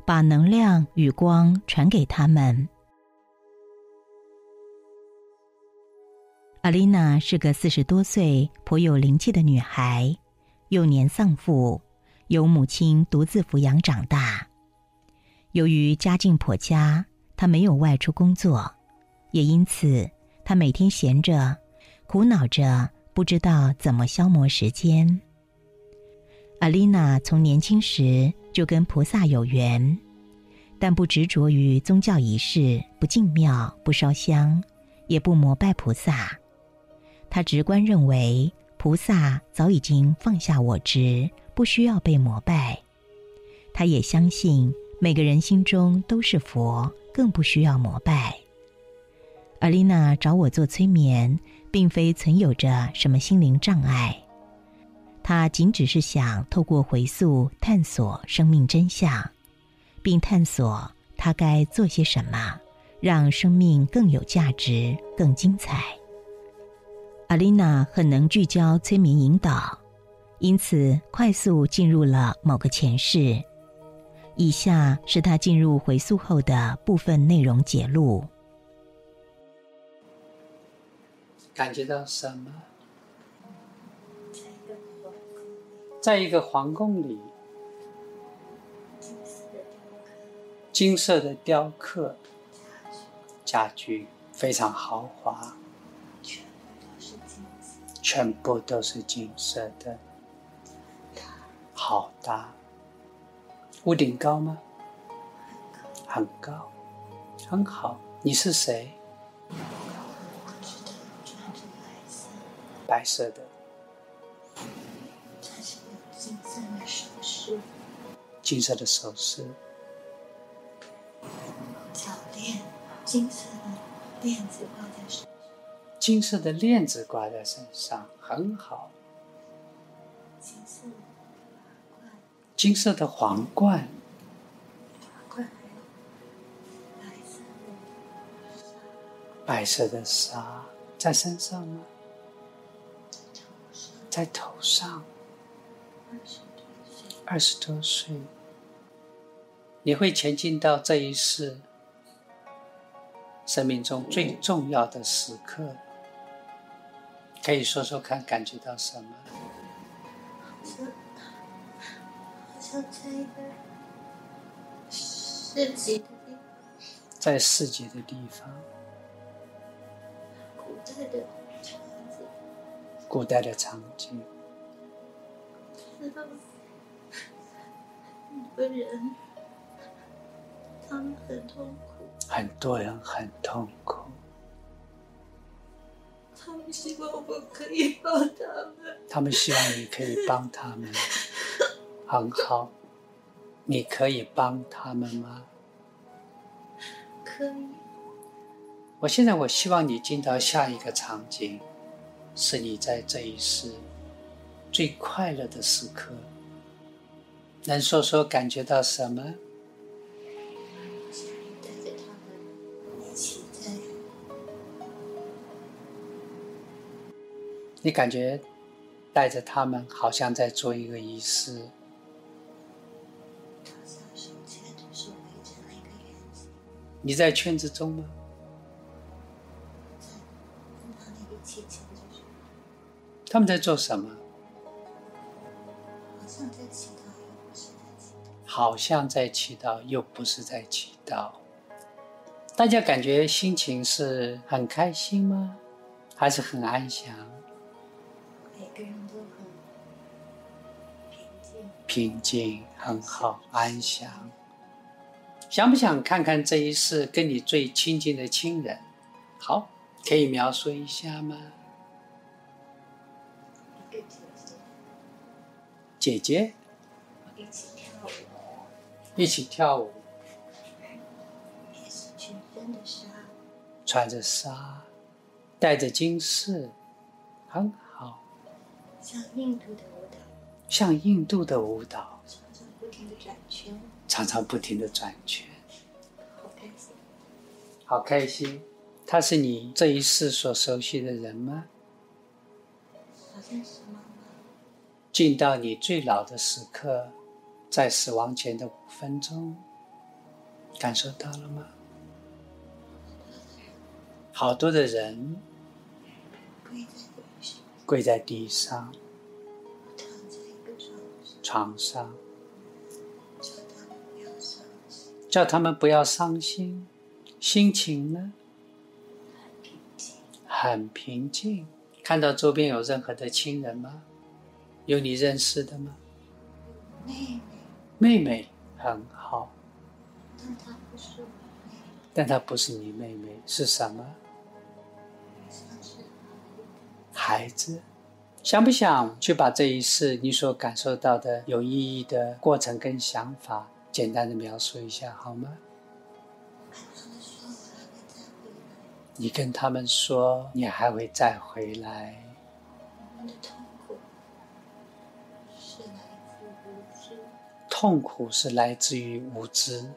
把能量与光传给他们。阿丽娜是个40多岁、颇有灵气的女孩，幼年丧父，由母亲独自抚养长大。由于家境颇佳，她没有外出工作，也因此她每天闲着，苦恼着不知道怎么消磨时间。阿丽娜从年轻时就跟菩萨有缘，但不执着于宗教仪式，不进庙，不烧香，也不膜拜菩萨。她直观认为菩萨早已经放下我执，不需要被膜拜。她也相信每个人心中都是佛，更不需要膜拜。阿丽娜找我做催眠，并非存有着什么心灵障碍，她仅只是想透过回溯探索生命真相，并探索她该做些什么，让生命更有价值，更精彩。阿丽娜很能聚焦催眠引导，因此快速进入了某个前世。以下是她进入回溯后的部分内容节录。 感觉到什么？在一个皇宫里，金色的雕刻，家具非常豪华，全部都是金色的，好大。屋顶高吗？很高，很好。你是谁？白色的， 金色的首饰， 金色的首饰， 脚链，金色的链子挂在身上， 金色的链子挂在身上，很好。金色的皇冠， 还有白色的纱，在身上吗？在头上。20多岁，你会前进到这一世生命中最重要的时刻，可以说说看，感觉到什么？ 好像在一个市集的地方， 在市集的地方， 古代的场景， 古代的场景， 知道很多人，他们很痛苦， 很多人很痛苦， 他们希望我可以帮他们， 他们希望你可以帮他们。很好，你可以帮他们吗？ 可以。 我现在希望你进到下一个场景，是你在这一世最快乐的时刻。能说说感觉到什么？ 带着他们一起在， 你感觉带着他们好像在做一个仪式， 好像手牵着手围成了一个圆形。 你在圈子中吗？ 跟他们一起牵着手。 他们在做什么？ 好像在祈祷，又不是在祈祷。 好像在祈祷，又不是在祈祷。大家感觉心情是很开心吗？还是很安详？ 每个人都很平静。 平静，很好，安详。想不想看看这一世跟你最亲近的亲人？好，可以描述一下吗？ 一个姐姐。 姐姐。 一起跳舞。 一起跳舞。 也是全身的纱。 穿着纱，戴着金饰，很好。 像印度的舞蹈。 像印度的舞蹈。 常常不停地转圈。 常常不停地转圈。 好开心。 好开心。他是你这一世所熟悉的人吗？ 好像是妈妈。 进到你最老的时刻，在死亡前的5分钟， 感受到了吗？好多的人跪在地上，床上，叫他们不要伤心。心情呢？很平静。看到周边有任何的亲人吗？有你认识的吗？妹妹很好，但她不是你妹妹，是什么？孩子。想不想去把这一世你所感受到的有意义的过程跟想法简单的描述一下好吗？你跟他们说你还会再回来。痛苦是来自于无知。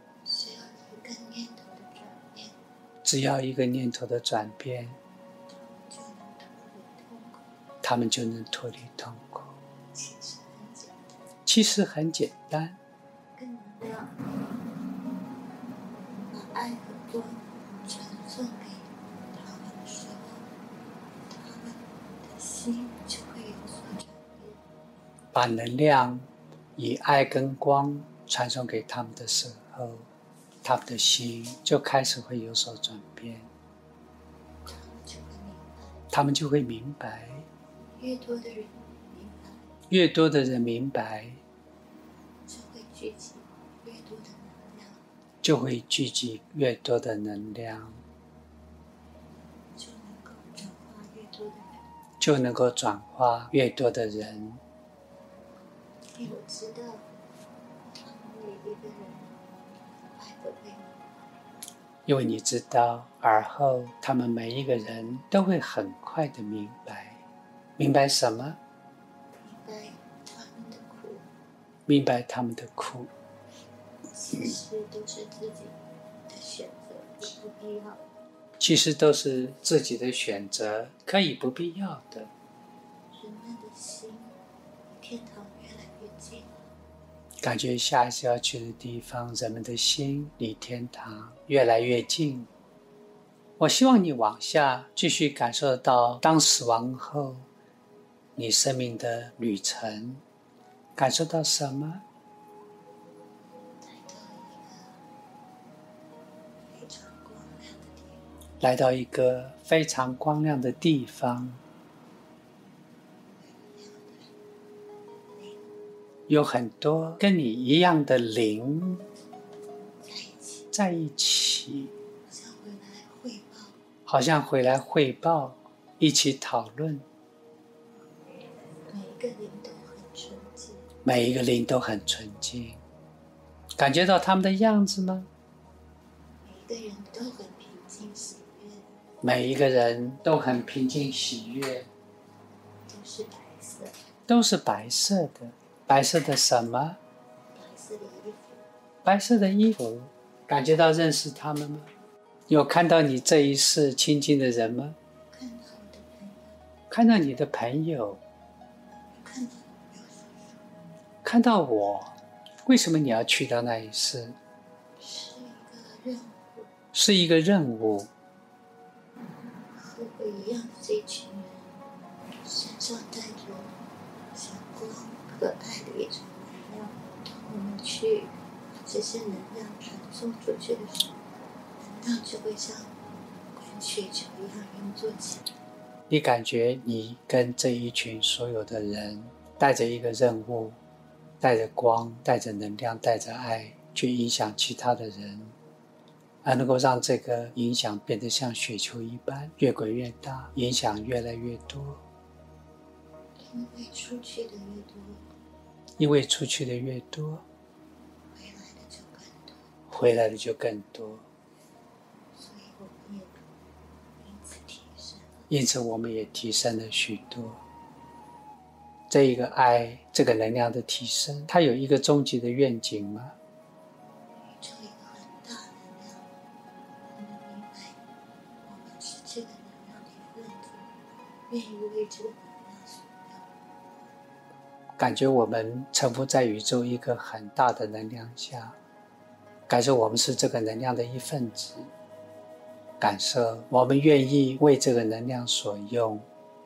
只要一个念头的转变，他们就能脱离痛苦。其实很简单。把爱和光传送给他们的时候，他们的心就会有所转变。把能量以爱跟光传送给他们的时候，他们的心就开始会有所转变。他们就会明白。越多的人明白，越多的人明白，就会聚集越多的能量，就会聚集越多的能量，就能够转化越多的人，就能够转化越多的人。因为我知道，他们每一个人爱都会明白。因为你知道，而后他们每一个人都会很快的明白。明白什么？明白他们的苦。明白他们的苦。其实都是自己的选择，也不必要的。其实都是自己的选择，可以不必要的。人们的心离天堂越来越近。感觉下一次要去的地方，人们的心离天堂越来越近。我希望你往下继续感受到，当死亡后你生命的旅程，感受到什么？来到一个非常光亮的地方，有很多跟你一样的灵在一起，好像回来汇报，一起讨论。每一个灵都很纯净，感觉到他们的样子吗？每一个人都很平静喜悦。每一个人都很平静喜悦。都是白色。都是白色的。白色的什么？白色的衣服。白色的衣服。感觉到认识他们吗？有看到你这一世亲近的人吗？看到我的朋友。看到你的朋友。看到我，为什么你要去到那一世？是一个任务。和我一样的这一群人，身上带着像光和爱的一种能量，当我们去把这些能量传送出去的时候，能量就会像滚雪球一样运作起来。你感觉你跟这一群所有的人带着一个任务，带着光，带着能量，带着爱，去影响其他的人，而能够让这个影响变得像雪球一般，越滚越大，影响越来越多。因为出去的越多，因为出去的越多，回来的就更多，回来的就更多。所以我们也因此提升，因此我们也提升了许多。这一个爱，这个能量的提升，它有一个终极的愿景吗？宇宙一个很大的能量，我们明白，我们是这个能量的一份子，愿意为这个能量所用。感觉我们沉浮在宇宙一个很大的能量下， 感受我们是这个能量的一份子，感受我们愿意为这个能量所用，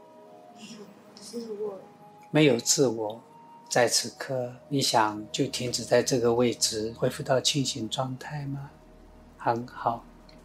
没有自我。在此刻，你想就停止在这个位置，恢复到清醒状态吗？很好。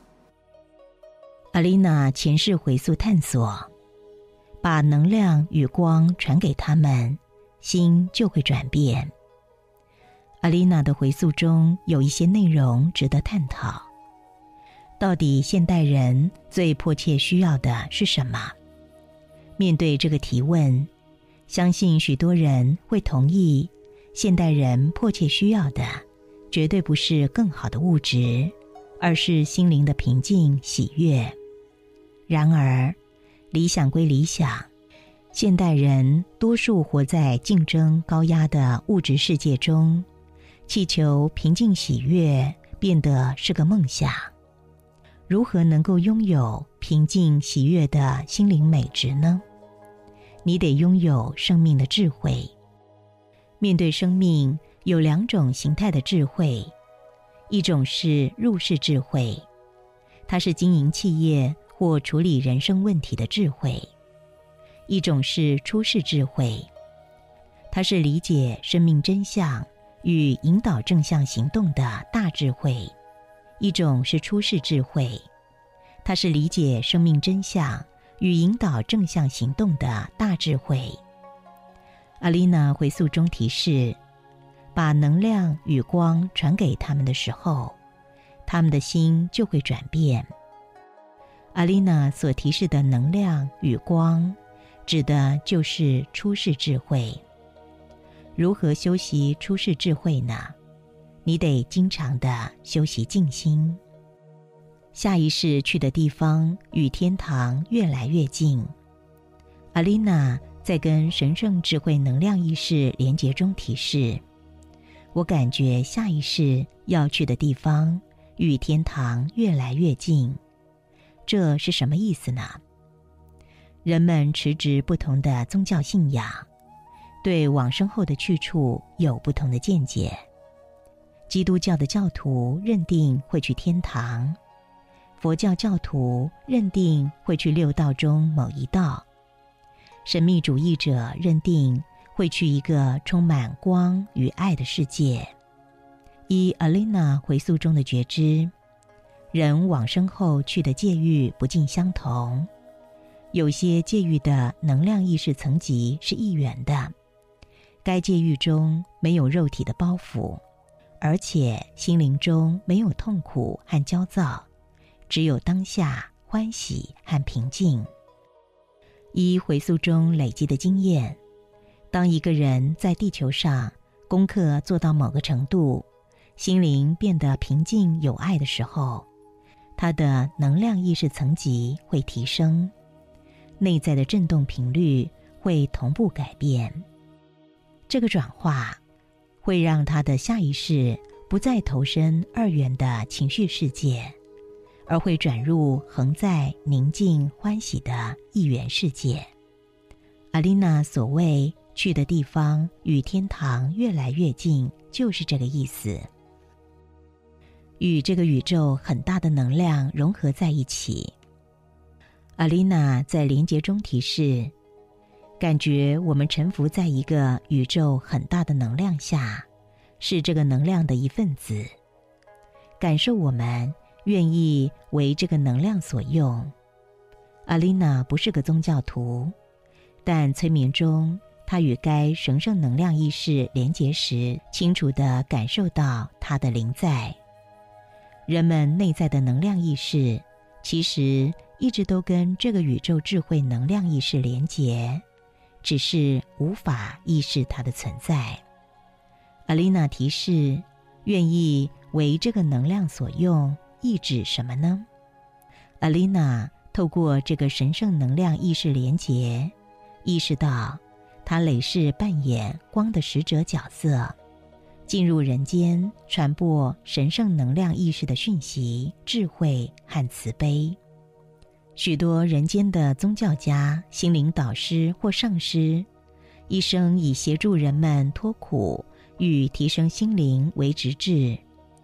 阿丽娜前世回溯探索，把能量与光传给他们，心就会转变。阿丽娜的回溯中有一些内容值得探讨。到底现代人最迫切需要的是什么？面对这个提问，相信许多人会同意，现代人迫切需要的绝对不是更好的物质，而是心灵的平静喜悦。然而，理想归理想，现代人多数活在竞争高压的物质世界中，祈求平静喜悦变得是个梦想。如何能够拥有平静喜悦的心灵美质呢？你得拥有生命的智慧。面对生命，有2种形态的智慧，一种是入世智慧，它是经营企业或处理人生问题的智慧；一种是出世智慧，它是理解生命真相与引导正向行动的大智慧；一种是出世智慧，它是理解生命真相与引导正向行动的大智慧。阿丽娜回溯中提示，把能量与光传给他们的时候，他们的心就会转变。阿丽娜所提示的能量与光，指的就是出世智慧。如何修习出世智慧呢？你得经常的修习静心。下一世去的地方与天堂越来越近。阿丽娜在跟神圣智慧能量意识连结中提示，我感觉下一世要去的地方与天堂越来越近。这是什么意思呢？人们持执不同的宗教信仰，对往生后的去处有不同的见解。基督教的教徒认定会去天堂，佛教教徒认定会去6道中某一道，神秘主义者认定会去一个充满光与爱的世界。依阿丽娜回溯中的觉知，人往生后去的界域不尽相同，有些界域的能量意识层级是一元的，该界域中没有肉体的包袱，而且心灵中没有痛苦和焦躁，只有当下欢喜和平静。依回溯中累积的经验，当一个人在地球上功课做到某个程度，心灵变得平静有爱的时候，他的能量意识层级会提升，内在的振动频率会同步改变。这个转化会让他的下一世不再投身2元的情绪世界，而会转入恒在宁静欢喜的1元世界。阿丽娜所谓去的地方与天堂越来越近，就是这个意思。与这个宇宙很大的能量融合在一起。阿丽娜在连结中提示，感觉我们沉浮在一个宇宙很大的能量下，是这个能量的一份子，感受我们愿意为这个能量所用。阿丽娜不是个宗教徒，但催眠中她与该神圣能量意识连结时，清楚地感受到它的临在。人们内在的能量意识其实一直都跟这个宇宙智慧能量意识连结，只是无法意识它的存在。阿丽娜提示，愿意为这个能量所用，意指什么呢？阿丽娜透过这个神圣能量意识连结，意识到她累世扮演光的使者角色，进入人间，传播神圣能量意识的讯息、智慧和慈悲。许多人间的宗教家、心灵导师或上师，一生以协助人们脱苦与提升心灵为职志，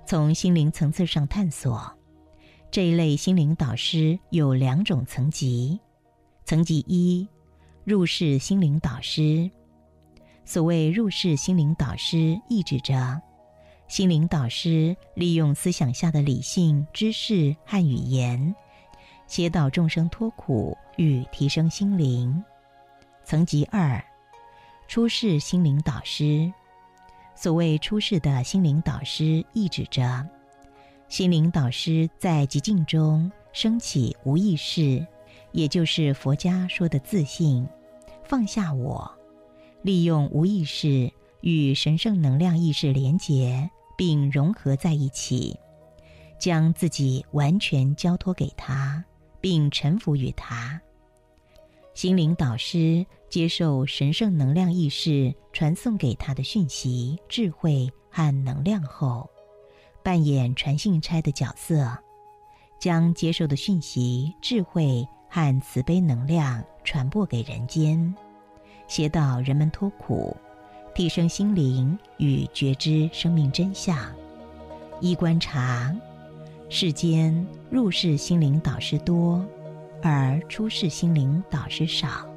从心灵层次上探索。这一类心灵导师有2种层级。层级1，入世心灵导师。所谓入世心灵导师，意指着心灵导师利用思想下的理性、知识和语言，协导众生脱苦与提升心灵。层级2，出世心灵导师。所谓出世的心灵导师，意指着心灵导师在寂静中升起无意识，也就是佛家说的自性，放下我，利用无意识与神圣能量意识连结并融合在一起，将自己完全交托给他，并臣服于他。心灵导师接受神圣能量意识传送给他的讯息、智慧和能量后，扮演传信差的角色，将接受的讯息、智慧和慈悲能量传播给人间，协导人们脱苦，提升心灵与觉知生命真相。依观察，世间入世心灵导师多，而出世心灵导师少。